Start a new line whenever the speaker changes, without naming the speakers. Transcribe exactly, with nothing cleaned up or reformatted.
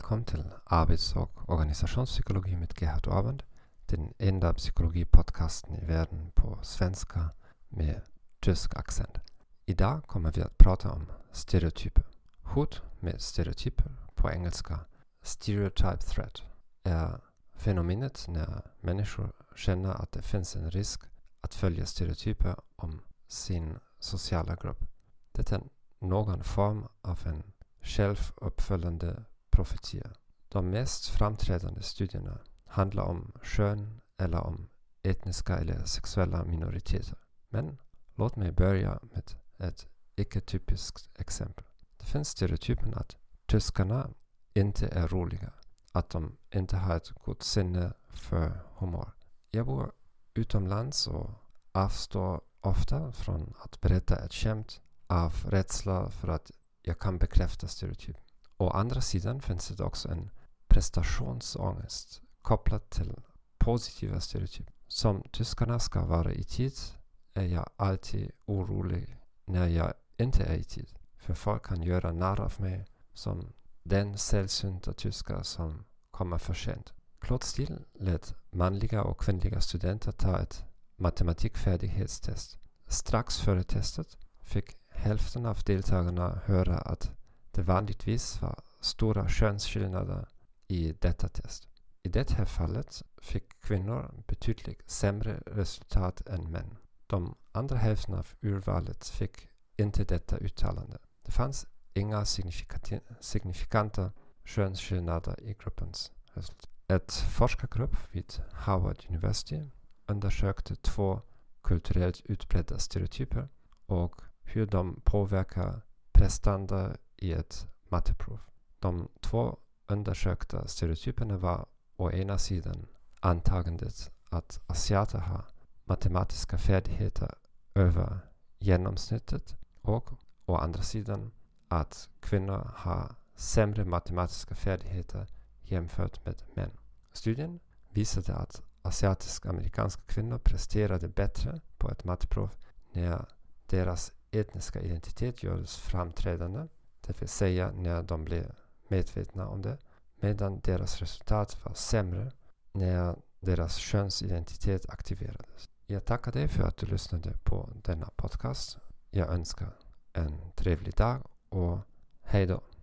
välkommen till arbets- och organisationspsykologi med Gerhard Orband, den enda psykologipodcasten i världen på svenska med tysk accent. Idag kommer vi att prata om stereotyper. Hot med stereotyper, på engelska stereotype threat, är fenomenet när människor känner att det finns en risk att följa stereotyper om sin sociala grupp. Det är någon form av en självuppföljande profetia. De mest framträdande studierna handlar om kön eller om etniska eller sexuella minoriteter. Men låt mig börja med ett icke-typiskt exempel. Det finns stereotypen att tyskarna inte är roliga, att de inte har ett gott sinne för humor. Jag bor utomlands och avstår ofta från att berätta ett skämt av rädsla för att jag kan bekräfta stereotypen. Å andra sidan finns det också en prestationsångest kopplad till positiva stereotyper. Som tyskarna ska vara i tid är jag alltid orolig när jag inte är i tid. För folk kan göra narr av mig som den sällsynta tyska som kommer för sent. Claude Steele lät manliga och kvinnliga studenter ta ett matematikfärdighetstest. Strax före testet fick hälften av deltagarna höra att det vanligtvis var stora könsskillnader i detta test. I det här fallet fick kvinnor betydligt sämre resultat än män. De andra hälften av urvalet fick inte detta uttalande. Det fanns inga signifikanta, signifikanta könsskillnader i gruppens resultat. Ett forskargrupp vid Harvard University undersökte två kulturellt utbredda stereotyper och hur de påverkar prestanda i ett matteprov. De två undersökta stereotyperna var å ena sidan antagandet att asiater har matematiska färdigheter över genomsnittet och å andra sidan att kvinnor har sämre matematiska färdigheter jämfört med män. Studien visade att asiatisk-amerikanska kvinnor presterade bättre på ett matteprov när deras etniska identitet gjordes framträdande, det vill säga när de blev medvetna om det, medan deras resultat var sämre när deras könsidentitet aktiverades. Jag tackar dig för att du lyssnade på denna podcast. Jag önskar en trevlig dag och hej då!